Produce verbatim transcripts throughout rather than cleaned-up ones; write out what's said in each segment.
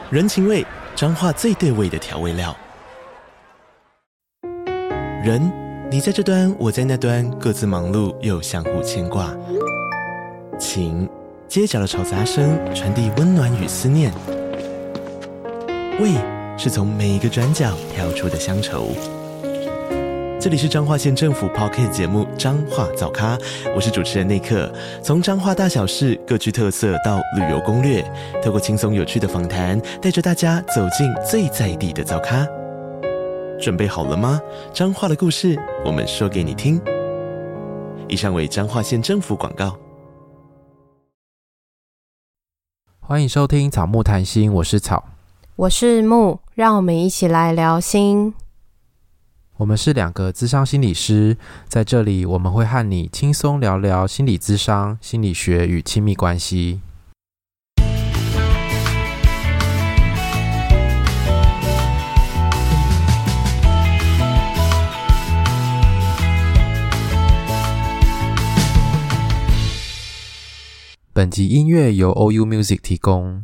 人情味，彰化最对味的调味料。人，你在这端，我在那端，各自忙碌又相互牵挂。情，街角的吵杂声传递温暖与思念。味，是从每一个转角跳出的乡愁。这里是彰化县政府 Podcast 节目《彰化早咖》，我是主持人内克。从彰化大小事各具特色到旅游攻略，透过轻松有趣的访谈，带着大家走进最在地的早咖。准备好了吗？彰化的故事，我们说给你听。以上为彰化县政府广告。 欢迎收听草木谈心，我是草， 我是木，让我们一起来聊心。 我们是两个諮商心理师，在这里我们会和你轻松聊聊心理諮商、心理学与亲密关系。本集音乐由 O U Music 提供。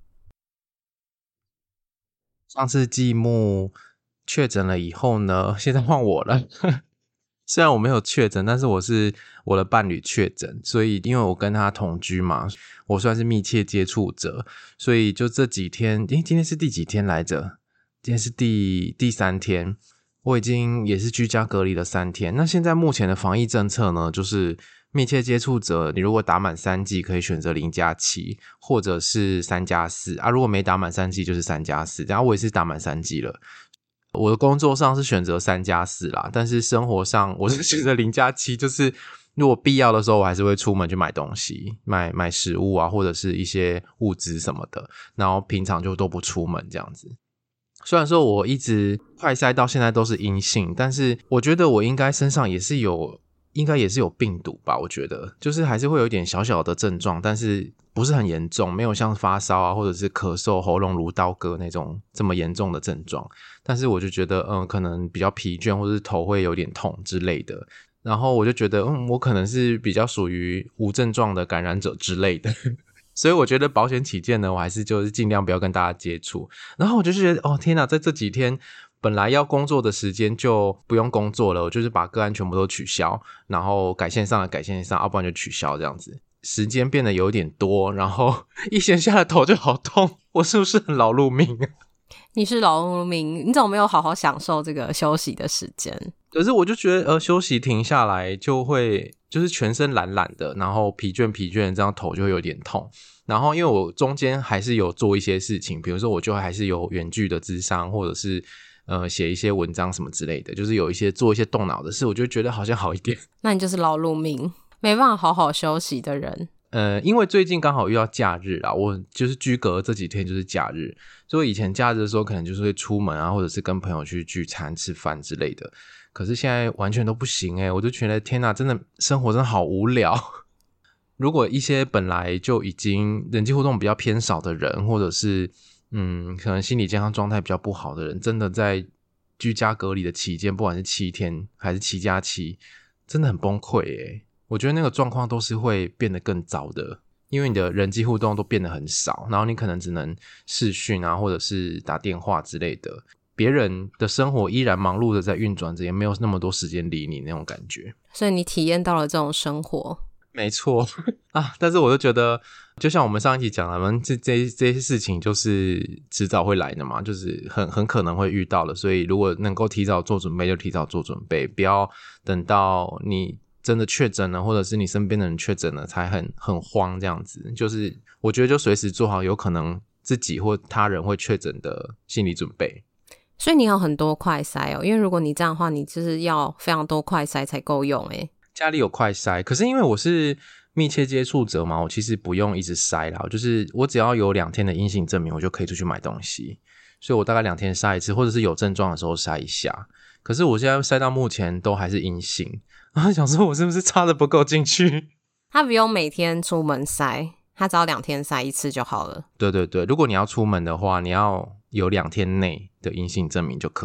上次季木确诊了以后呢，现在换我了虽然我没有确诊，但是我是我的伴侣确诊，所以因为我跟他同居嘛，我算是密切接触者，所以就这几天，诶，今天是第几天来着？今天是第第三天，我已经也是居家隔离了三天。那现在目前的防疫政策呢，就是密切接触者，你如果打满三剂可以选择零加七，或者是三加四啊，如果没打满三剂就是三加四。然后我也是打满三剂了。我的工作上是选择三加四啦，但是生活上我是选择零加七，就是如果必要的时候我还是会出门去买东西，买买食物啊，或者是一些物资什么的，然后平常就都不出门这样子。虽然说我一直快筛到现在都是阴性，但是我觉得我应该身上也是有应该也是有病毒吧，我觉得就是还是会有一点小小的症状，但是不是很严重，没有像发烧啊或者是咳嗽喉咙如刀割那种这么严重的症状，但是我就觉得嗯，可能比较疲倦，或是头会有点痛之类的，然后我就觉得嗯，我可能是比较属于无症状的感染者之类的所以我觉得保险起见呢，我还是就是尽量不要跟大家接触。然后我就觉得哦天哪，在这几天本来要工作的时间就不用工作了，我就是把个案全部都取消，然后改线上的改线上，要不然就取消这样子。时间变得有点多，然后一闲下来头就好痛，我是不是很劳碌命啊？ 你是劳碌命，你怎么没有好好享受这个休息的时间？ 可是我就觉得呃，休息停下来就会就是全身懒懒的，然后疲倦疲倦的，这样头就会有点痛。然后因为我中间还是有做一些事情，比如说我就还是有远距的諮商，或者是呃写一些文章什么之类的，就是有一些做一些动脑的事，我就觉得好像好一点。 那你就是劳碌命，没办法好好休息的人。 呃，因为最近刚好遇到假日啦，我就是居隔这几天就是假日，所以以前假日的时候可能就是会出门啊，或者是跟朋友去聚餐吃饭之类的，可是现在完全都不行欸，我就觉得天哪，真的生活真的好无聊。如果一些本来就已经人际互动比较偏少的人，或者是嗯，可能心理健康状态比较不好的人，真的在居家隔离的期间，不管是七天还是七加七，真的很崩溃耶。我觉得那个状况都是会变得更糟的，因为你的人际互动都变得很少，然后你可能只能视讯啊，或者是打电话之类的，别人的生活依然忙碌的在运转着，也没有那么多时间理你那种感觉。 所以你体验到了这种生活。 没错啊，但是我就觉得就像我们上一集讲的，这这这些事情就是迟早会来的嘛，就是很很可能会遇到的，所以如果能够提早做准备就提早做准备，不要等到你真的确诊了，或者是你身边的人确诊了才很很慌这样子，就是我觉得就随时做好有可能自己或他人会确诊的心理准备。 所以你有很多快筛哦，因为如果你这样的话，你就是要非常多快筛才够用诶。 家里有快筛，可是因为我是密切接触者嘛，我其实不用一直筛啦，就是我只要有两天的阴性证明，我就可以出去买东西，所以我大概两天筛一次，或者是有症状的时候筛一下。可是我现在筛到目前都还是阴性，然后想说我是不是插的不够进去？ 他不用每天出门筛，他只要两天筛一次就好了。 对对对，如果你要出门的话，你要有两天内的阴性证明就可以。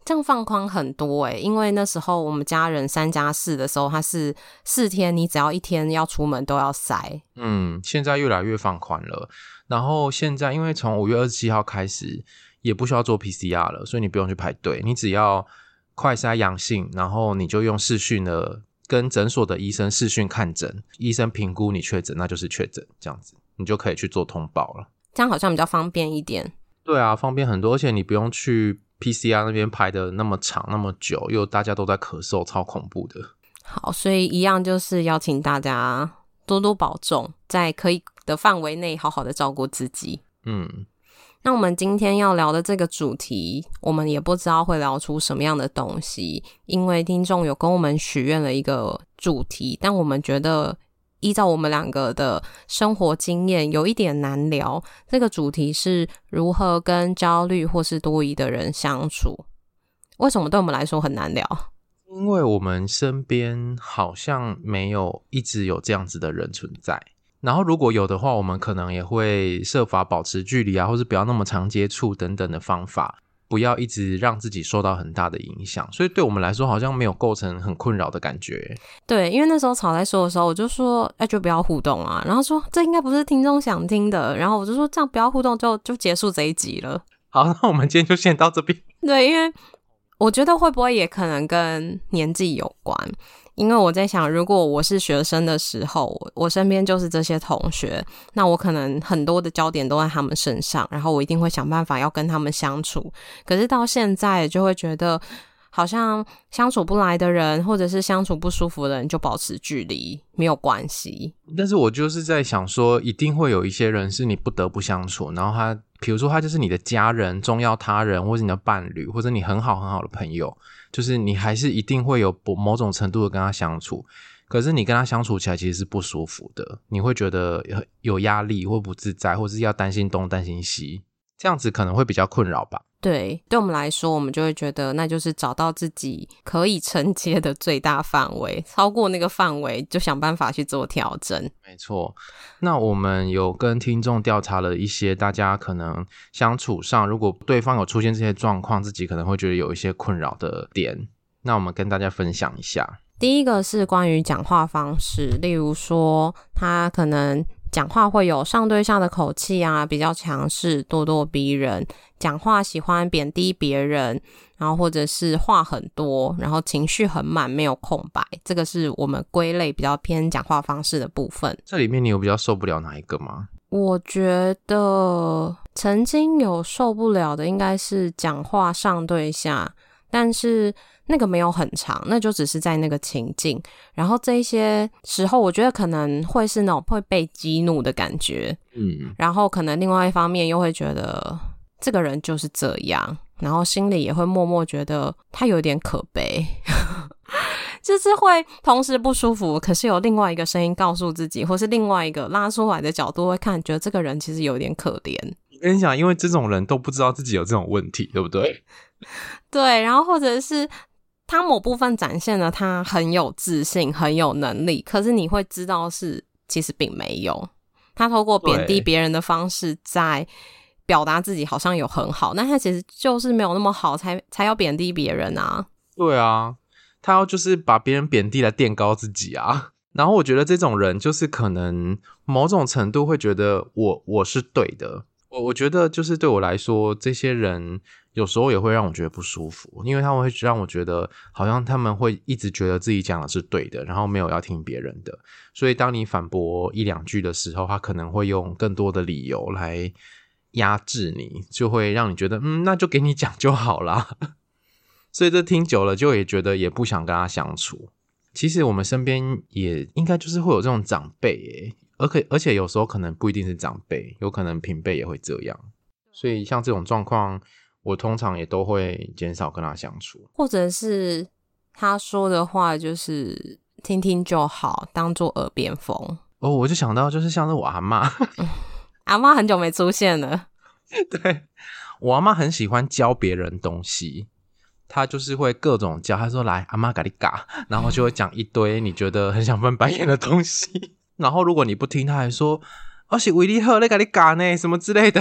这样放宽很多欸，因为那时候我们家人三加四的时候，他是四天，你只要一天要出门都要筛。 嗯，现在越来越放宽了。然后现在因为从五月二十七号开始，也不需要做 P C R 了，所以你不用去排队，你只要快筛阳性，然后你就用视讯的跟诊所的医生视讯看诊，医生评估你确诊，那就是确诊，这样子你就可以去做通报了。 这样好像比较方便一点。 对啊，方便很多，而且你不用去 P C R 那边排的那么长那么久，又大家都在咳嗽，超恐怖的。 好，所以一样就是邀请大家多多保重，在可以的范围内好好的照顾自己。 嗯， 那我们今天要聊的这个主题，我们也不知道会聊出什么样的东西，因为听众有跟我们许愿了一个主题，但我们觉得依照我们两个的生活经验有一点难聊。这个主题是如何跟焦虑或是多疑的人相处。为什么对我们来说很难聊？ 因为我们身边好像没有一直有这样子的人存在，然后如果有的话，我们可能也会设法保持距离啊，或是不要那么常接触等等的方法，不要一直让自己受到很大的影响，所以对我们来说好像没有构成很困扰的感觉。 对，因为那时候草在说的时候，我就说哎，就不要互动啊，然后说这应该不是听众想听的，然后我就说这样不要互动就就结束这一集了。 好，那我们今天就先到这边。 对，因为我觉得会不会也可能跟年纪有关，因为我在想如果我是学生的时候，我身边就是这些同学，那我可能很多的焦点都在他们身上，然后我一定会想办法要跟他们相处。可是到现在就会觉得好像相处不来的人，或者是相处不舒服的人就保持距离没有关系。 但是我就是在想说，一定会有一些人是你不得不相处，然后他比如说他就是你的家人、重要他人，或者你的伴侣，或者你很好很好的朋友，就是你还是一定会有某种程度的跟他相处，可是你跟他相处起来其实是不舒服的，你会觉得有压力或不自在，或是要担心东担心西，这样子可能会比较困扰吧。 对，对我们来说，我们就会觉得那就是找到自己可以承接的最大范围，超过那个范围就想办法去做调整。 没错，那我们有跟听众调查了一些大家可能相处上，如果对方有出现这些状况，自己可能会觉得有一些困扰的点，那我们跟大家分享一下。 第一个是关于讲话方式，例如说他可能讲话会有上对下的口气啊，比较强势，咄咄逼人，讲话喜欢贬低别人，然后或者是话很多，然后情绪很满，没有空白，这个是我们归类比较偏讲话方式的部分。 这里面你有比较受不了哪一个吗？ 我觉得曾经有受不了的应该是讲话上对下，但是那个没有很长，那就只是在那个情境，然后这一些时候我觉得可能会是那种会被激怒的感觉，嗯，然后可能另外一方面又会觉得这个人就是这样，然后心里也会默默觉得他有点可悲就是会同时不舒服，可是有另外一个声音告诉自己，或是另外一个拉出来的角度会看，觉得这个人其实有点可怜。 我跟你讲，因为这种人都不知道自己有这种问题，对不对？ 对，然后或者是他某部分展现了他很有自信很有能力，可是你会知道是其实并没有，他透过贬低别人的方式在表达自己好像有很好，但他其实就是没有那么好才才要贬低别人啊。对啊，他要就是把别人贬低来垫高自己啊。然后我觉得这种人就是可能某种程度会觉得我我是对的，我我觉得就是对我来说，这些人有时候也会让我觉得不舒服，因为他们会让我觉得好像他们会一直觉得自己讲的是对的，然后没有要听别人的，所以当你反驳一两句的时候，他可能会用更多的理由来压制你，就会让你觉得嗯，那就给你讲就好啦所以这听久了就也觉得也不想跟他相处。其实我们身边也应该就是会有这种长辈耶，而且而且有时候可能不一定是长辈，有可能平辈也会这样，所以像这种状况我通常也都会减少跟他相处， 或者是他说的话就是听听就好，当作耳边风。 哦，我就想到就是像是我阿嬷阿嬷很久没出现了对，我阿嬷很喜欢教别人东西，他就是会各种教，他说来阿嬷给你嘎，然后就会讲一堆你觉得很想翻白眼的东西然后如果你不听他还说哦是为你好在给你嘎呢什么之类的。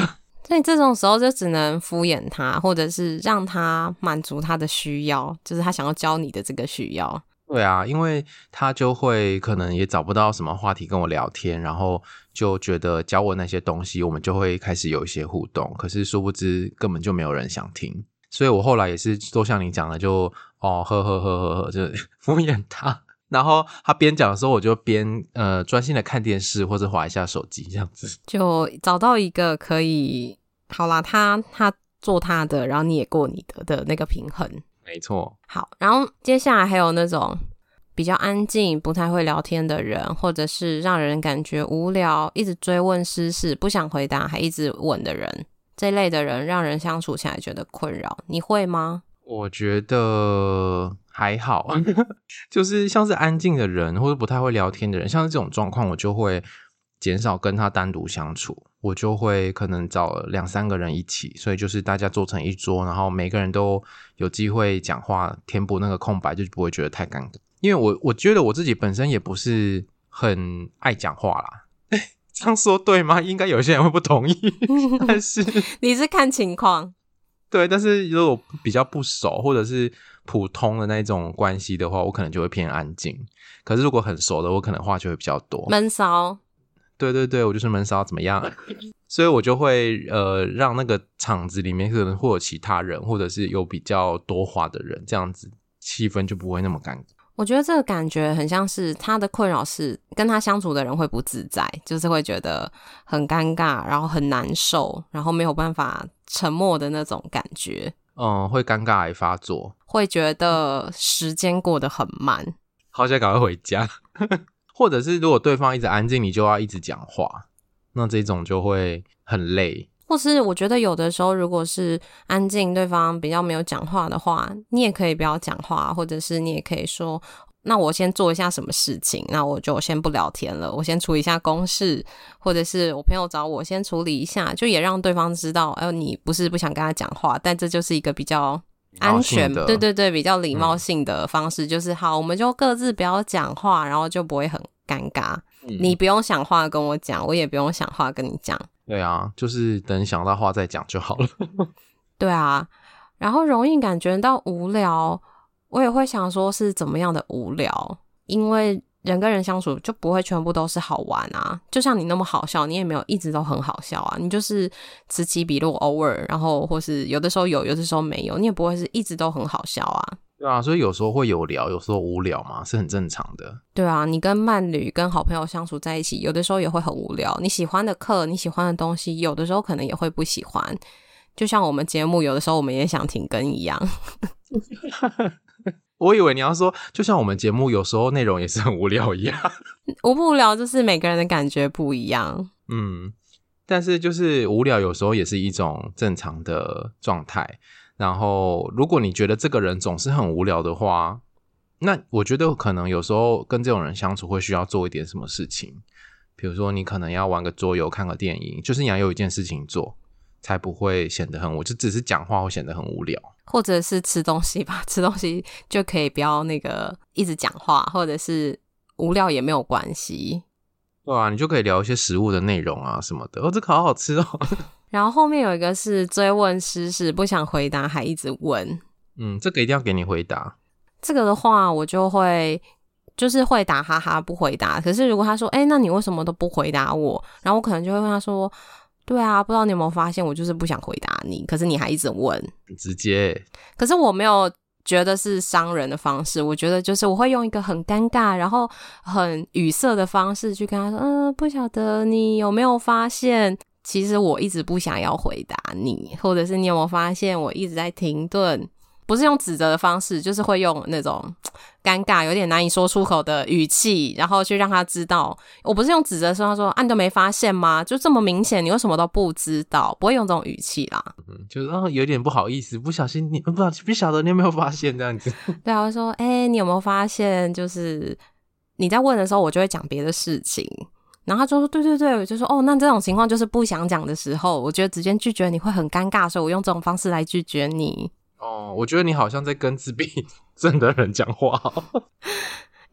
所以这种时候就只能敷衍他，或者是让他满足他的需要，就是他想要教你的这个需要。 对啊，因为他就会可能也找不到什么话题跟我聊天，然后就觉得教我那些东西，我们就会开始有一些互动，可是殊不知根本就没有人想听。所以我后来也是都像你讲的，就哦呵呵呵呵呵，就敷衍他。然后他边讲的时候，我就边呃专心的看电视或者滑一下手机，这样子就找到一个可以好啦，他他做他的，然后你也过你的的那个平衡。 没错。 好，然后接下来还有那种比较安静、不太会聊天的人，或者是让人感觉无聊、一直追问私事、不想回答还一直问的人，这类的人让人相处起来觉得困扰，你会吗？ 我觉得还好就是像是安静的人或者不太会聊天的人，像是这种状况我就会减少跟他单独相处，我就会可能找两三个人一起，所以就是大家坐成一桌，然后每个人都有机会讲话，填补那个空白，就不会觉得太尴尬。因为我我觉得我自己本身也不是很爱讲话啦这样说对吗？应该有些人会不同意但是你是看情况。 对，但是如果比较不熟或者是普通的那种关系的话，我可能就会偏安静。可是如果很熟的，我可能话就会比较多。 闷骚。 对对对，我就是闷骚，怎么样？所以我就会呃让那个场子里面可能会有其他人，或者是有比较多话的人，这样子气氛就不会那么尴尬。 我觉得这个感觉很像是他的困扰是跟他相处的人会不自在，就是会觉得很尴尬，然后很难受，然后没有办法沉默的那种感觉。 嗯，会尴尬癌发作， 会觉得时间过得很慢， 好想赶快回家或者是如果对方一直安静，你就要一直讲话，那这种就会很累。 或是我觉得有的时候如果是安静，对方比较没有讲话的话，你也可以不要讲话，或者是你也可以说那我先做一下什么事情，那我就先不聊天了，我先处理一下公事，或者是我朋友找我先处理一下，就也让对方知道哎，你不是不想跟他讲话，但这就是一个比较安全，对对对，比较礼貌性的方式、嗯、就是好，我们就各自不要讲话，然后就不会很尴尬、嗯、你不用想话跟我讲，我也不用想话跟你讲。 对啊，就是等想到话再讲就好了对啊，然后容易感觉到无聊，我也会想说是怎么样的无聊，因为人跟人相处就不会全部都是好玩啊，就像你那么好笑，你也没有一直都很好笑啊，你就是此起彼落，偶尔，然后或是有的时候有，有的时候没有，你也不会是一直都很好笑啊。 对啊，所以有时候会有聊，有时候无聊嘛，是很正常的。 对啊，你跟伴侣跟好朋友相处在一起，有的时候也会很无聊，你喜欢的课，你喜欢的东西，有的时候可能也会不喜欢，就像我们节目有的时候我们也想停更一样我以为你要说就像我们节目有时候内容也是很无聊一样无不无聊就是每个人的感觉不一样。 嗯，但是就是无聊有时候也是一种正常的状态，然后如果你觉得这个人总是很无聊的话，那我觉得可能有时候跟这种人相处会需要做一点什么事情，比如说你可能要玩个桌游，看个电影，就是你要有一件事情做才不会显得很无，就只是讲话会显得很无聊， 或者是吃东西吧，吃东西就可以不要那个一直讲话，或者是无聊也没有关系。 对啊，你就可以聊一些食物的内容啊什么的，哦，这个好好吃哦然后后面有一个是追问私事，不想回答还一直问。 嗯，这个一定要给你回答。 这个的话我就会就是会打哈哈不回答，可是如果他说哎，那你为什么都不回答我，然后我可能就会问他说对啊，不知道你有没有发现我就是不想回答你，可是你还一直问， 很直接。 可是我没有觉得是伤人的方式，我觉得就是我会用一个很尴尬然后很语塞的方式去跟他说嗯、呃，不晓得你有没有发现其实我一直不想要回答你，或者是你有没有发现我一直在停顿，不是用指责的方式，就是会用那种尴尬有点难以说出口的语气，然后去让他知道，我不是用指责说他说啊你都没发现吗，就这么明显你为什么都不知道，不会用这种语气啦、 嗯、就是、哦、有点不好意思，不小心你不不晓得你有没有发现这样子对啊，我说哎、欸，你有没有发现就是你在问的时候我就会讲别的事情，然后他就说对对对，我就说哦，那这种情况就是不想讲的时候，我觉得直接拒绝你会很尴尬，所以我用这种方式来拒绝你。 哦，我觉得你好像在跟自闭症的人讲话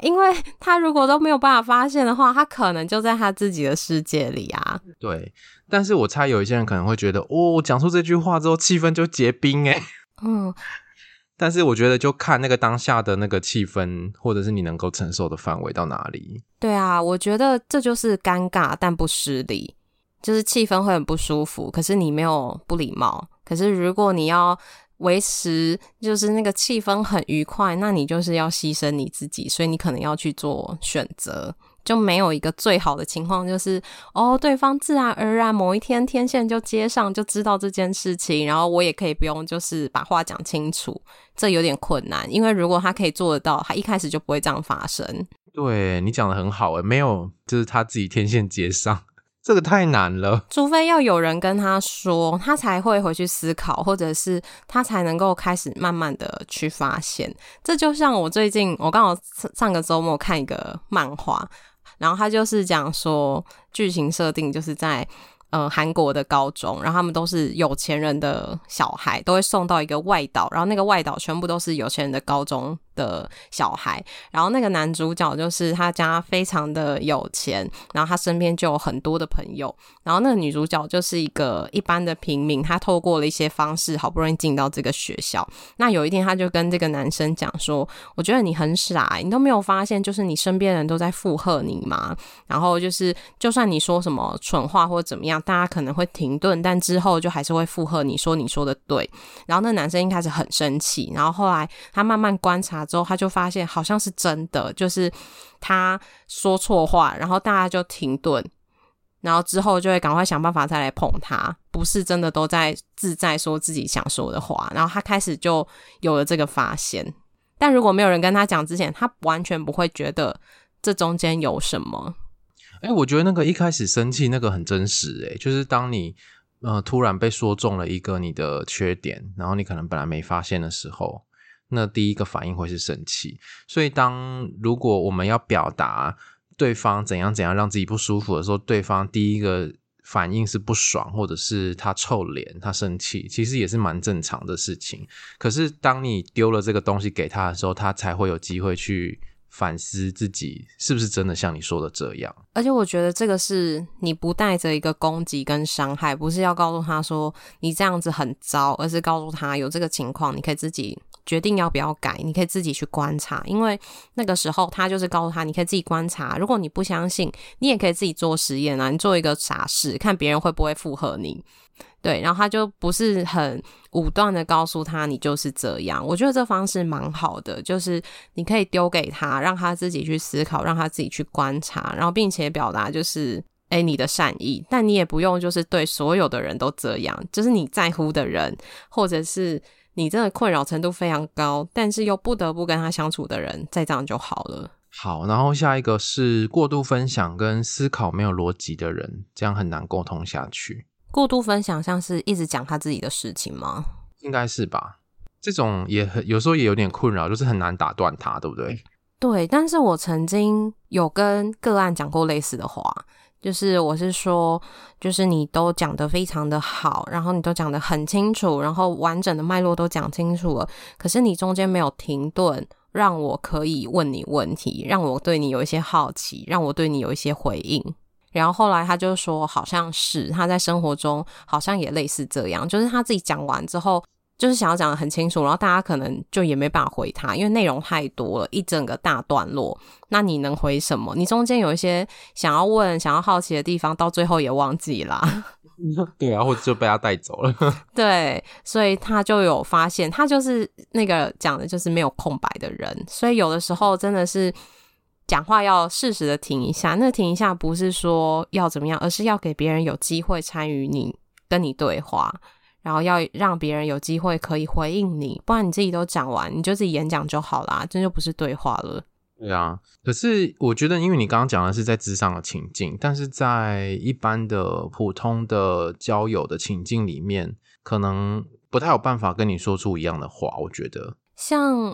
因为他如果都没有办法发现的话，他可能就在他自己的世界里啊。 对，但是我猜有一些人可能会觉得，哦，我讲出这句话之后气氛就结冰诶。 嗯， 但是我觉得就看那个当下的那个气氛，或者是你能够承受的范围到哪里。 对啊，我觉得这就是尴尬但不失礼，就是气氛会很不舒服，可是你没有不礼貌。可是如果你要维持就是那个气氛很愉快，那你就是要牺牲你自己，所以你可能要去做选择。就没有一个最好的情况就是哦，对方自然而然某一天天线就接上，就知道这件事情，然后我也可以不用就是把话讲清楚，这有点困难。因为如果他可以做得到，他一开始就不会这样发生。 对，你讲得很好耶，没有就是他自己天线接上，这个太难了。 除非要有人跟他说，他才会回去思考，或者是他才能够开始慢慢的去发现。这就像我最近我刚好上个周末看一个漫画，然后他就是讲说剧情设定就是在呃韩国的高中，然后他们都是有钱人的小孩，都会送到一个外岛，然后那个外岛全部都是有钱人的高中的小孩，然后那个男主角就是他家非常的有钱，然后他身边就有很多的朋友，然后那个女主角就是一个一般的平民，她透过了一些方式好不容易进到这个学校。那有一天他就跟这个男生讲说，我觉得你很傻欸，你都没有发现就是你身边人都在附和你吗？然后就是就算你说什么蠢话或者怎么样，大家可能会停顿，但之后就还是会附和你说你说的对。然后那男生一开始很生气，然后后来他慢慢观察之后，他就发现好像是真的，就是他说错话，然后大家就停顿，然后之后就会赶快想办法再来捧他，不是真的都在自在说自己想说的话。然后他开始就有了这个发现，但如果没有人跟他讲之前，他完全不会觉得这中间有什么。 欸，我觉得那个一开始生气那个很真实欸，就是当你呃突然被说中了一个你的缺点，然后你可能本来没发现的时候，那第一个反应会是生气。所以当如果我们要表达对方怎样怎样让自己不舒服的时候，对方第一个反应是不爽，或者是他臭脸他生气，其实也是蛮正常的事情。可是当你丢了这个东西给他的时候，他才会有机会去反思自己是不是真的像你说的这样。 而且我觉得这个是你不带着一个攻击跟伤害，不是要告诉他说你这样子很糟，而是告诉他有这个情况你可以自己决定要不要改，你可以自己去观察。因为那个时候他就是告诉他你可以自己观察，如果你不相信你也可以自己做实验啊，你做一个傻事看别人会不会附和你。对，然后他就不是很武断的告诉他你就是这样。我觉得这方式蛮好的，就是你可以丢给他，让他自己去思考，让他自己去观察，然后并且表达就是诶你的善意，但你也不用就是对所有的人都这样，就是你在乎的人，或者是你真的困扰程度非常高但是又不得不跟他相处的人，再这样就好了。 好，然后下一个是过度分享跟思考没有逻辑的人，这样很难沟通下去。 过度分享像是一直讲他自己的事情吗？ 应该是吧，这种也很有时候也有点困扰，就是很难打断他，对不对？ 对，但是我曾经有跟个案讲过类似的话，就是我是说就是你都讲得非常的好，然后你都讲得很清楚，然后完整的脉络都讲清楚了，可是你中间没有停顿让我可以问你问题，让我对你有一些好奇，让我对你有一些回应。然后后来他就说好像是他在生活中好像也类似这样，就是他自己讲完之后就是想要讲得很清楚，然后大家可能就也没办法回他，因为内容太多了，一整个大段落，那你能回什么？你中间有一些想要问想要好奇的地方到最后也忘记啦对啊，或者就被他带走了对，所以他就有发现他就是那个讲的就是没有空白的人，所以有的时候真的是讲话要适时的停一下，那停一下不是说要怎么样，而是要给别人有机会参与你跟你对话，然后要让别人有机会可以回应你，不然你自己都讲完你就自己演讲就好啦，这就不是对话了。 对啊，可是我觉得因为你刚刚讲的是在职场的情境，但是在一般的普通的交友的情境里面可能不太有办法跟你说出一样的话。我觉得像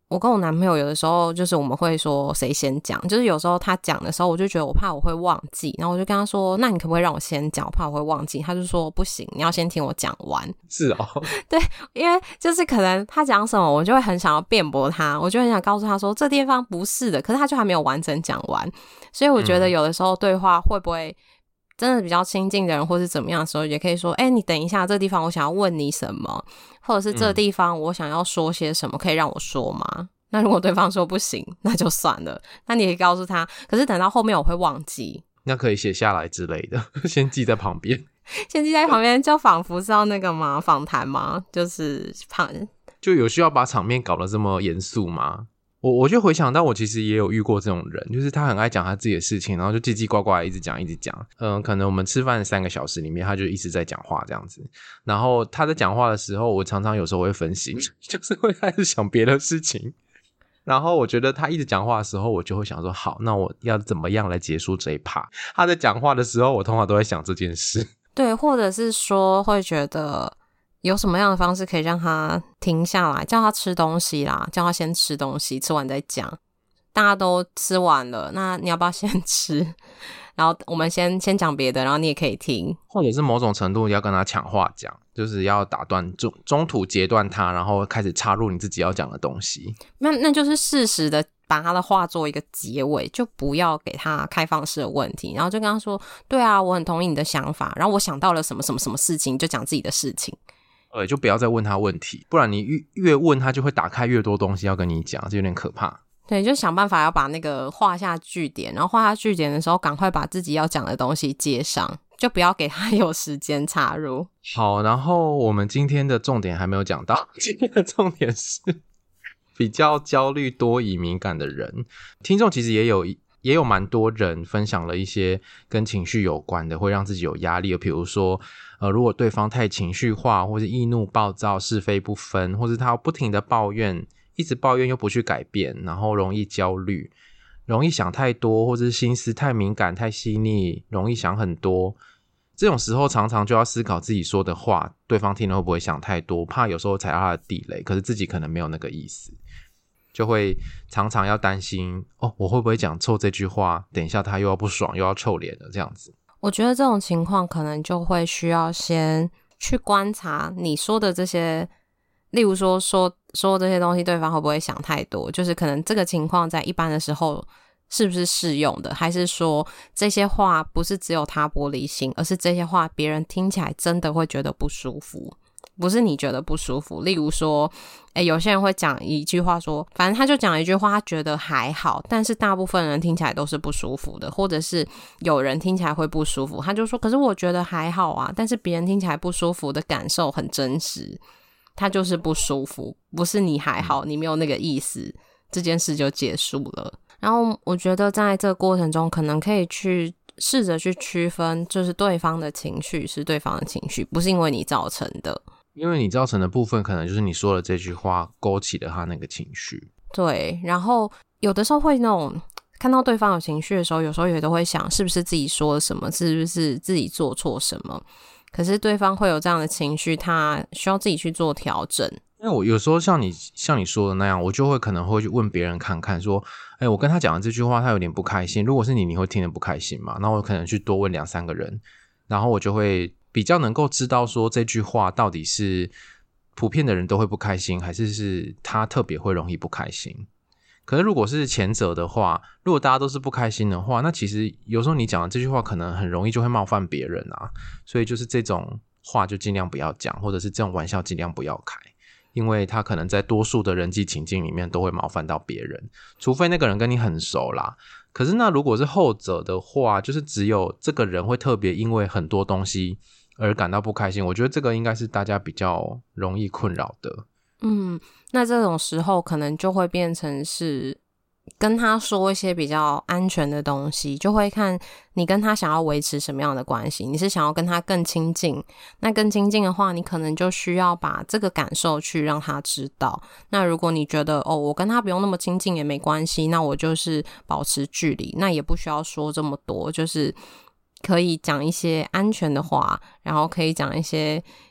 我跟我男朋友有的时候就是我们会说谁先讲，就是有时候他讲的时候我就觉得我怕我会忘记，然后我就跟他说那你可不可以让我先讲，我怕我会忘记。他就说不行，你要先听我讲完。 是哦， 对，因为就是可能他讲什么我就会很想要辩驳他，我就很想告诉他说这地方不是的，可是他就还没有完整讲完。所以我觉得有的时候对话会不会真的比较亲近的人或是怎么样的时候，也可以说哎、欸，你等一下，这地方我想要问你什么，或者是这地方我想要说些什么，可以让我说吗？那如果对方说不行，那就算了，那你可以告诉他，可是等到后面我会忘记， 那可以写下来之类的，先记在旁边。 先记在旁边，就仿佛是要那个吗？访谈吗？就是就有需要把场面搞得这么严肃吗？我我就回想到我其实也有遇过这种人，就是他很爱讲他自己的事情，然后就叽叽呱呱一直讲一直讲，嗯，可能我们吃饭的三个小时里面他就一直在讲话这样子，然后他在讲话的时候我常常有时候会分心，就是会开始想别的事情，然后我觉得他一直讲话的时候我就会想说好，那我要怎么样来结束这一趴。他在讲话的时候我通常都在想这件事。 对，或者是说会觉得有什么样的方式可以让他停下来，叫他吃东西啦，叫他先吃东西，吃完再讲。大家都吃完了，那你要不要先吃？然后我们先先讲别的，然后你也可以听。 或者是某种程度要跟他抢话讲，就是要打断中中途截断他，然后开始插入你自己要讲的东西。 那那就是适时的把他的话做一个结尾，就不要给他开放式的问题，然后就跟他说对啊，我很同意你的想法，然后我想到了什么什么什么事情，就讲自己的事情。 呃，就不要再问他问题，不然你越越问他就会打开越多东西要跟你讲，这有点可怕。 对，就想办法要把那个画下句点，然后画下句点的时候赶快把自己要讲的东西接上，就不要给他有时间插入。 好，然后我们今天的重点还没有讲到，今天的重点是比较焦虑多疑敏感的人。听众其实也有也有蛮多人分享了一些跟情绪有关的会让自己有压力的，比如说呃，如果对方太情绪化，或是易怒暴躁，是非不分，或是他不停的抱怨，一直抱怨又不去改变，然后容易焦虑，容易想太多，或是心思太敏感太细腻，容易想很多。这种时候常常就要思考自己说的话对方听了会不会想太多，怕有时候踩到他的地雷，可是自己可能没有那个意思，就会常常要担心哦，我会不会讲错这句话，等一下他又要不爽又要臭脸了这样子。 我觉得这种情况可能就会需要先去观察你说的这些，例如说说说这些东西对方会不会想太多，就是可能这个情况在一般的时候是不是适用的，还是说这些话不是只有他玻璃心，而是这些话别人听起来真的会觉得不舒服，不是你觉得不舒服。例如说诶，有些人会讲一句话说，反正他就讲一句话他觉得还好，但是大部分人听起来都是不舒服的，或者是有人听起来会不舒服，他就说可是我觉得还好啊，但是别人听起来不舒服的感受很真实，他就是不舒服，不是你还好，你没有那个意思，这件事就结束了。然后我觉得在这个过程中可能可以去试着去区分，就是对方的情绪是对方的情绪，不是因为你造成的， 因为你造成的部分可能就是你说的这句话勾起了他那个情绪。 对，然后有的时候会那种看到对方有情绪的时候，有时候也都会想是不是自己说了什么，是不是自己做错什么，可是对方会有这样的情绪，他需要自己去做调整。 因为我有时候像你像你说的那样，我就会可能会去问别人看看说，哎，我跟他讲的这句话他有点不开心，如果是你你会听得不开心吗？那我可能去多问两三个人，然后我就会比较能够知道说这句话到底是普遍的人都会不开心，还是是他特别会容易不开心。可是如果是前者的话，如果大家都是不开心的话，那其实有时候你讲的这句话可能很容易就会冒犯别人啊，所以就是这种话就尽量不要讲，或者是这种玩笑尽量不要开，因为他可能在多数的人际情境里面都会冒犯到别人，除非那个人跟你很熟啦。可是那如果是后者的话，就是只有这个人会特别因为很多东西而感到不开心，我觉得这个应该是大家比较容易困扰的。 嗯，那这种时候可能就会变成是跟他说一些比较安全的东西，就会看你跟他想要维持什么样的关系，你是想要跟他更亲近，那更亲近的话你可能就需要把这个感受去让他知道。那如果你觉得哦，我跟他不用那么亲近也没关系，那我就是保持距离，那也不需要说这么多，就是可以讲一些安全的话，然后可以讲一些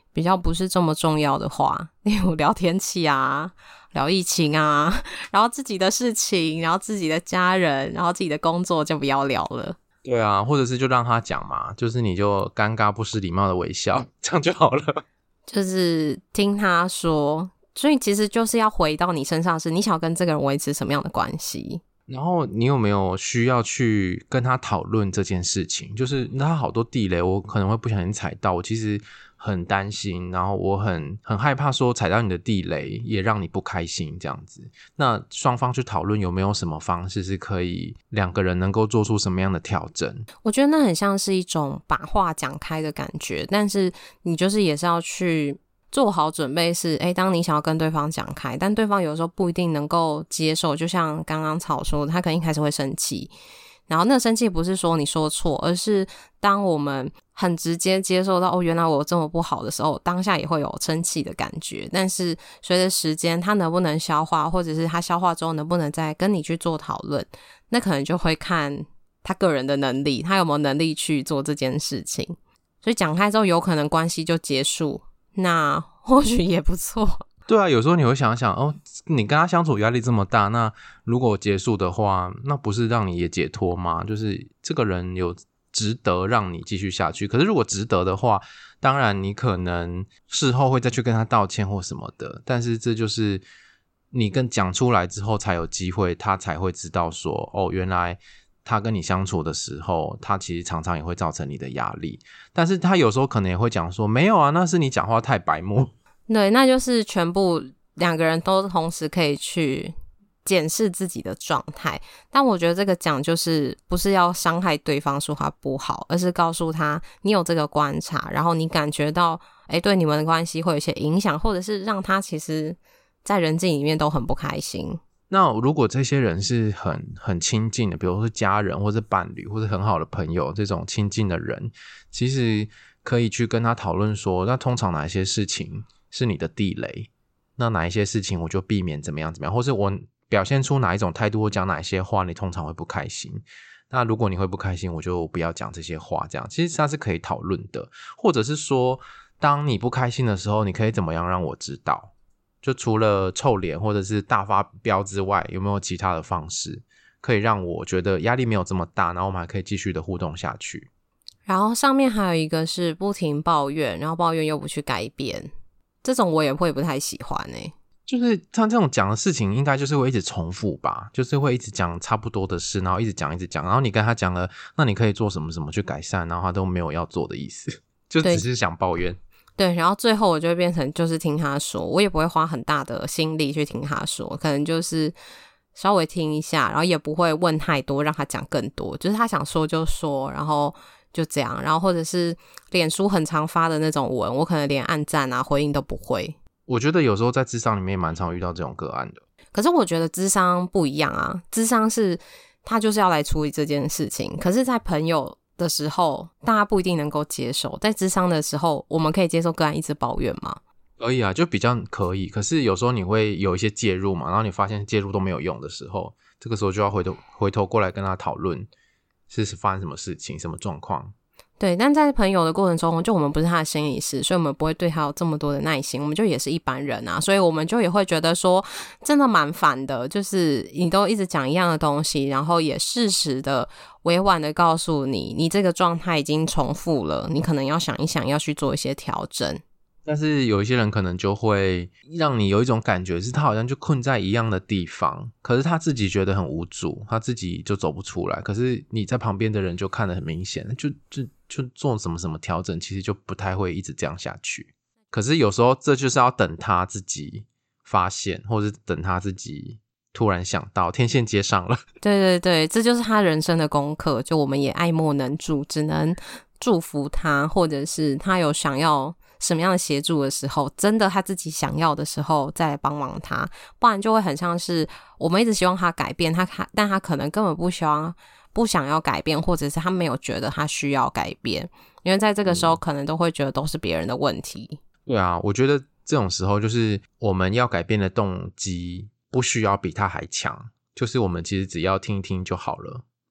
比较不是这么重要的话，例如聊天气啊，聊疫情啊，然后自己的事情，然后自己的家人，然后自己的工作就不要聊了。 对啊，或者是就让他讲嘛，就是你就尴尬不失礼貌的微笑，这样就好了。 就是听他说，所以其实就是要回到你身上，是你想要跟这个人维持什么样的关系。 然后你有没有需要去跟他讨论这件事情，就是他好多地雷我可能会不小心踩到，我其实很担心，然后我很很害怕说踩到你的地雷也让你不开心这样子。那双方去讨论有没有什么方式是可以两个人能够做出什么样的调整。 我觉得那很像是一种把话讲开的感觉，但是你就是也是要去做好准备是，诶，当你想要跟对方讲开，但对方有时候不一定能够接受，就像刚刚草说的，他可能一开始会生气，然后那个生气不是说你说错，而是当我们很直接接受到哦，原来我这么不好的时候，当下也会有生气的感觉，但是随着时间他能不能消化，或者是他消化之后能不能再跟你去做讨论，那可能就会看他个人的能力，他有没有能力去做这件事情。所以讲开之后有可能关系就结束，那或许也不错。 对啊，有时候你会想想哦，你跟他相处压力这么大，那如果结束的话，那不是让你也解脱吗？就是这个人有值得让你继续下去，可是如果值得的话，当然你可能事后会再去跟他道歉或什么的，但是这就是你跟讲出来之后才有机会，他才会知道说哦，原来他跟你相处的时候，他其实常常也会造成你的压力，但是他有时候可能也会讲说没有啊，那是你讲话太白目。 对，那就是全部两个人都同时可以去检视自己的状态，但我觉得这个讲就是不是要伤害对方说他不好，而是告诉他你有这个观察，然后你感觉到诶对你们的关系会有一些影响，或者是让他其实在人际里面都很不开心。 那如果这些人是很很亲近的，比如说家人或是伴侣或是很好的朋友，这种亲近的人，其实可以去跟他讨论说，那通常哪一些事情是你的地雷，那哪一些事情我就避免怎么样怎么样，或是我表现出哪一种态度或讲哪一些话你通常会不开心，那如果你会不开心我就不要讲这些话，这样其实它是可以讨论的。或者是说当你不开心的时候你可以怎么样让我知道，就除了臭脸或者是大发飙之外，有没有其他的方式可以让我觉得压力没有这么大，然后我们还可以继续的互动下去。 然后上面还有一个是不停抱怨，然后抱怨又不去改变，这种我也会不太喜欢欸。 就是他这种讲的事情应该就是会一直重复吧，就是会一直讲差不多的事，然后一直讲一直讲，然后你跟他讲了那你可以做什么什么去改善，然后他都没有要做的意思，就只是想抱怨。 对，然后最后我就会变成就是听他说，我也不会花很大的心力去听他说，可能就是稍微听一下，然后也不会问太多让他讲更多，就是他想说就说，然后就这样。然后或者是脸书很常发的那种文，我可能连按赞啊回应都不会。 我觉得有时候在諮商里面也蛮常遇到这种个案的。 可是我觉得諮商不一样啊，諮商是他就是要来处理这件事情，可是在朋友的时候大家不一定能够接受，在諮商的时候我们可以接受个案一直抱怨吗？ 可以啊，就比较可以，可是有时候你会有一些介入嘛，然后你发现介入都没有用的时候，这个时候就要回头回头过来跟他讨论是发生什么事情什么状况。 对，但在朋友的过程中，就我们不是他的心理师，所以我们不会对他有这么多的耐心，我们就也是一般人啊，所以我们就也会觉得说真的蛮烦的，就是你都一直讲一样的东西，然后也适时的委婉的告诉你你这个状态已经重复了，你可能要想一想要去做一些调整。 但是有一些人可能就会让你有一种感觉是他好像就困在一样的地方，可是他自己觉得很无助，他自己就走不出来，可是你在旁边的人就看得很明显，就就就做什么什么调整，其实就不太会一直这样下去。可是有时候这就是要等他自己发现，或是等他自己突然想到天线接上了。 对对对，这就是他人生的功课，就我们也爱莫能助，只能祝福他，或者是他有想要什么样的协助的时候，真的他自己想要的时候再来帮忙他，不然就会很像是我们一直希望他改变他，但他可能根本不希望不想要改变，或者是他没有觉得他需要改变，因为在这个时候可能都会觉得都是别人的问题。 对啊，我觉得这种时候就是我们要改变的动机不需要比他还强，就是我们其实只要听一听就好了，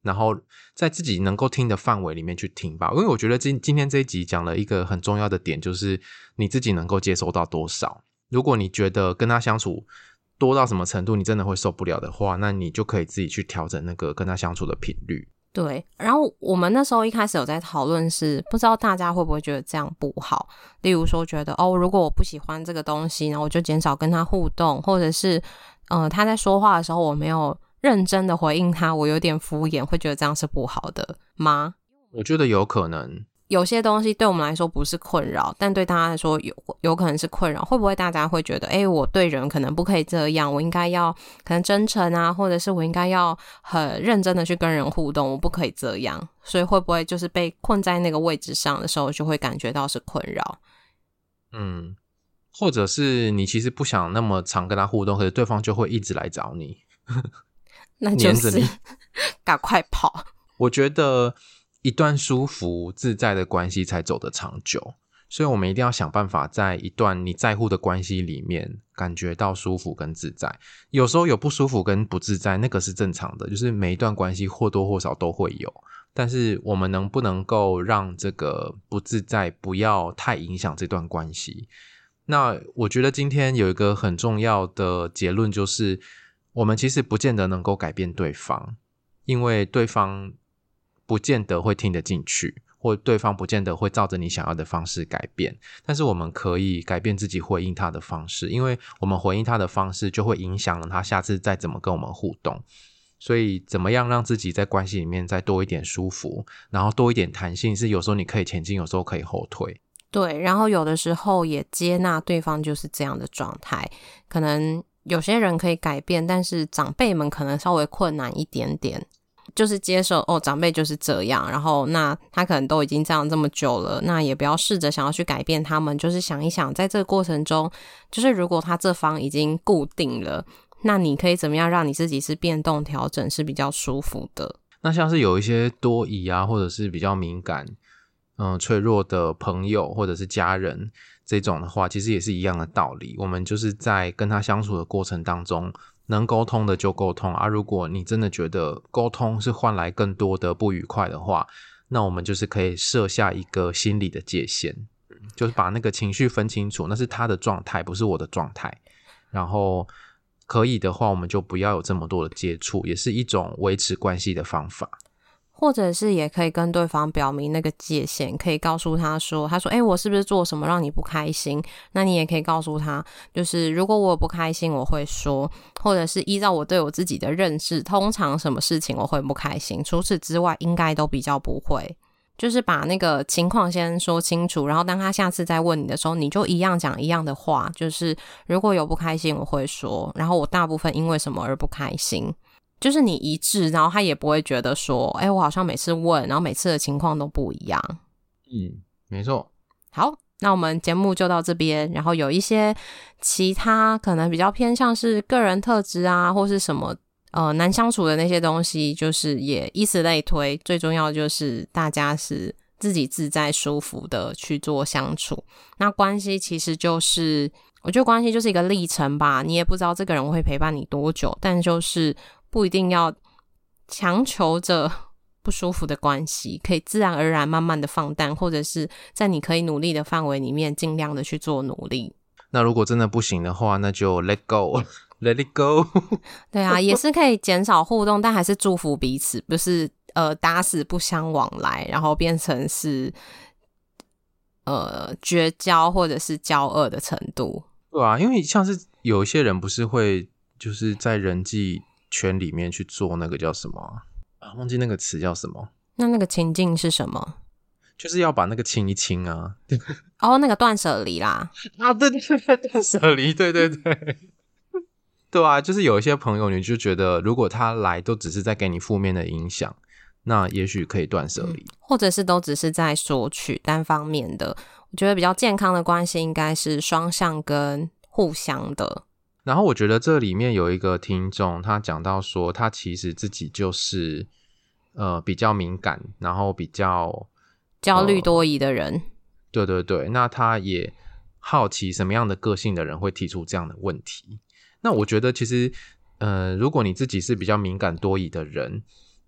然后在自己能够听的范围里面去听吧。因为我觉得今今天这一集讲了一个很重要的点，就是你自己能够接受到多少。如果你觉得跟他相处多到什么程度你真的会受不了的话，那你就可以自己去调整那个跟他相处的频率。 对，然后我们那时候一开始有在讨论是不知道大家会不会觉得这样不好，例如说觉得哦，如果我不喜欢这个东西，然后我就减少跟他互动，或者是呃他在说话的时候我没有认真的回应他，我有点敷衍，会觉得这样是不好的吗？ 我觉得有可能， 有些东西对我们来说不是困扰，但对大家来说有有可能是困扰。会不会大家会觉得诶我对人可能不可以这样，我应该要可能真诚啊，或者是我应该要很认真的去跟人互动，我不可以这样。所以会不会就是被困在那个位置上的时候就会感觉到是困扰？ 嗯，或者是你其实不想那么常跟他互动，可是对方就会一直来找你那就是赶快跑。 我觉得一段舒服自在的关系才走得长久，所以我们一定要想办法在一段你在乎的关系里面感觉到舒服跟自在。有时候有不舒服跟不自在，那个是正常的，就是每一段关系或多或少都会有，但是我们能不能够让这个不自在不要太影响这段关系。那我觉得今天有一个很重要的结论，就是我们其实不见得能够改变对方，因为对方不见得会听得进去，或对方不见得会照着你想要的方式改变，但是我们可以改变自己回应他的方式，因为我们回应他的方式就会影响了他下次再怎么跟我们互动。所以怎么样让自己在关系里面再多一点舒服，然后多一点弹性，是有时候你可以前进，有时候可以后退。 对，然后有的时候也接纳对方就是这样的状态。可能有些人可以改变，但是长辈们可能稍微困难一点点，就是接受哦，长辈就是这样，然后那他可能都已经这样这么久了，那也不要试着想要去改变他们，就是想一想在这个过程中，就是如果他这方已经固定了，那你可以怎么样让你自己是变动调整是比较舒服的。 那像是有一些多疑啊，或者是比较敏感嗯、呃，脆弱的朋友或者是家人这种的话，其实也是一样的道理。我们就是在跟他相处的过程当中，能沟通的就沟通啊。如果你真的觉得沟通是换来更多的不愉快的话，那我们就是可以设下一个心理的界限，就是把那个情绪分清楚，那是他的状态，不是我的状态。然后可以的话，我们就不要有这么多的接触，也是一种维持关系的方法。 或者是也可以跟对方表明那个界限，可以告诉他说，他说诶我是不是做什么让你不开心，那你也可以告诉他，就是如果我不开心我会说，或者是依照我对我自己的认识，通常什么事情我会不开心，除此之外应该都比较不会。就是把那个情况先说清楚，然后当他下次再问你的时候，你就一样讲一样的话，就是如果有不开心我会说，然后我大部分因为什么而不开心，就是你一致，然后他也不会觉得说诶我好像每次问，然后每次的情况都不一样。 嗯，没错。 好，那我们节目就到这边，然后有一些其他可能比较偏向是个人特质啊，或是什么呃难相处的那些东西，就是也以此类推，最重要就是大家是自己自在舒服的去做相处。那关系其实就是我觉得关系就是一个历程吧，你也不知道这个人会陪伴你多久，但就是不一定要强求着不舒服的关系，可以自然而然慢慢的放淡，或者是在你可以努力的范围里面尽量的去做努力。 那如果真的不行的话，那就 let go let it go 对啊，也是可以减少互动，但还是祝福彼此，不是呃打死不相往来，然后变成是呃绝交或者是交恶的程度。 对啊，因为像是有一些人不是会就是在人际圈里面去做那个叫什么啊，忘记那个词叫什么。 那那个情境是什么？ 就是要把那个清一清啊。 哦，那个断舍离啦。 啊，对对对，断舍离，对对对。对啊，就是有一些朋友你就觉得如果他来都只是在给你负面的影响，那也许可以断舍离、嗯、 或者是都只是在索取单方面的。我觉得比较健康的关系应该是双向跟互相的。 然后我觉得这里面有一个听众他讲到说他其实自己就是呃比较敏感，然后比较焦虑多疑的人、呃、 对对对，那他也好奇什么样的个性的人会提出这样的问题。那我觉得其实呃，如果你自己是比较敏感多疑的人，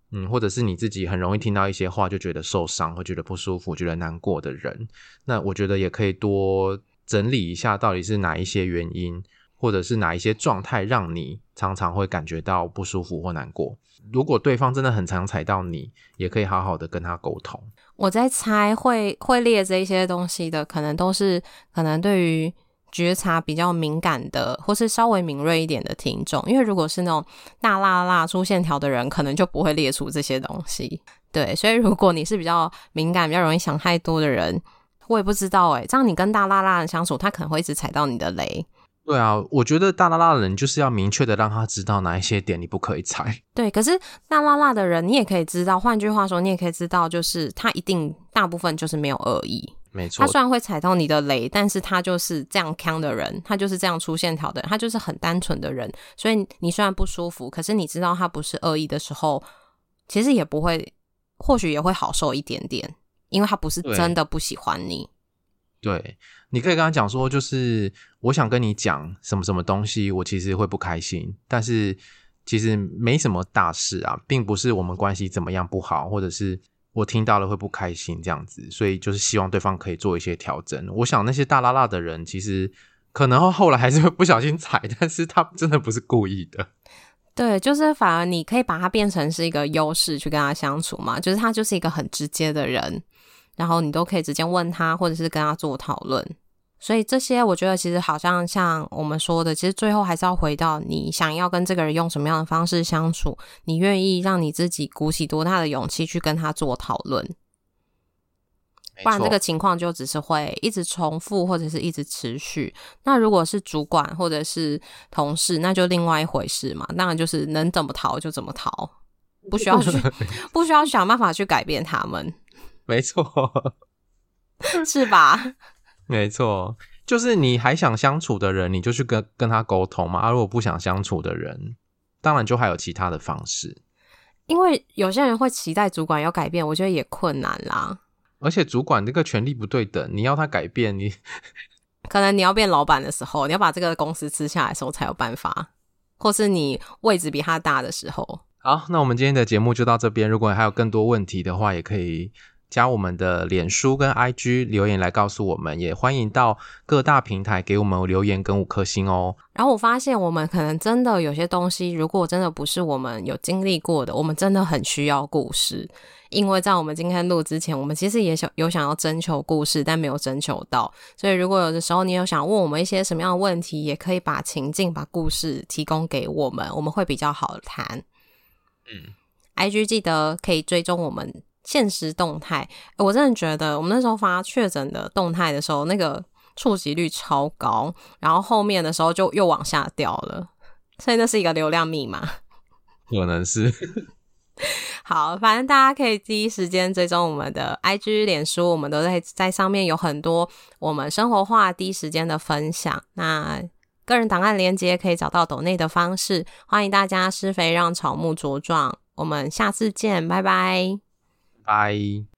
嗯，或者是你自己很容易听到一些话就觉得受伤，会觉得不舒服，觉得难过的人，那我觉得也可以多整理一下到底是哪一些原因，或者是哪一些状态让你常常会感觉到不舒服或难过。如果对方真的很常踩到你，也可以好好的跟他沟通。 我在猜会会列这些东西的，可能都是可能对于觉察比较敏感的，或是稍微敏锐一点的听众，因为如果是那种大辣辣粗线条的人，可能就不会列出这些东西。对，所以如果你是比较敏感比较容易想太多的人，我也不知道耶，这样你跟大辣辣的人相处，他可能会一直踩到你的雷。 对啊，我觉得大辣辣的人就是要明确的让他知道哪一些点你不可以踩。 对，可是大辣辣的人你也可以知道，换句话说你也可以知道，就是他一定大部分就是没有恶意。 没错， 他虽然会踩到你的雷，但是他就是这样鏘的人，他就是这样粗线条的人，他就是很单纯的人，所以你虽然不舒服，可是你知道他不是恶意的时候，其实也不会，或许也会好受一点点，因为他不是真的不喜欢你。 对，你可以跟他讲说，就是我想跟你讲什么什么东西，我其实会不开心，但是其实没什么大事啊，并不是我们关系怎么样不好，或者是我听到了会不开心这样子，所以就是希望对方可以做一些调整。我想那些大辣辣的人其实可能后来还是会不小心踩，但是他真的不是故意的。 对，就是反而你可以把它变成是一个优势去跟他相处嘛，就是他就是一个很直接的人，然后你都可以直接问他，或者是跟他做讨论。所以这些我觉得其实好像像我们说的，其实最后还是要回到你想要跟这个人用什么样的方式相处，你愿意让你自己鼓起多大的勇气去跟他做讨论，不然这个情况就只是会一直重复或者是一直持续。那如果是主管或者是同事，那就另外一回事嘛，当然就是能怎么逃就怎么逃，不需要去不需要想办法去改变他们。 没错， 是吧？ 没错，就是你还想相处的人，你就去跟跟他沟通嘛。啊，如果不想相处的人，当然就还有其他的方式。 因为有些人会期待主管要改变，我觉得也困难啦。 而且主管这个权力不对等，你要他改变，你可能你要变老板的时候，你要把这个公司吃下来的时候才有办法，或是你位置比他大的时候。 好，那我们今天的节目就到这边。如果还有更多问题的话，也可以加我们的脸书跟 I G 留言来告诉我们，也欢迎到各大平台给我们留言跟五颗星哦。 然后我发现我们可能真的有些东西，如果真的不是我们有经历过的，我们真的很需要故事。因为在我们今天录之前，我们其实也想有想要征求故事，但没有征求到。所以如果有的时候你有想问我们一些什么样的问题，也可以把情境把故事提供给我们，我们会比较好谈。嗯 I G 记得可以追踪我们限时动态。我真的觉得我们那时候发确诊的动态的时候，那个触及率超高，然后后面的时候就又往下掉了，所以那是一个流量密码。 可能是好，反正大家可以第一时间追踪我们的 I G 脸书，我们都在在上面有很多我们生活化第一时间的分享。那个人档案连结可以找到抖内的方式，欢迎大家施肥让草木茁壮。我们下次见，拜拜。 拜。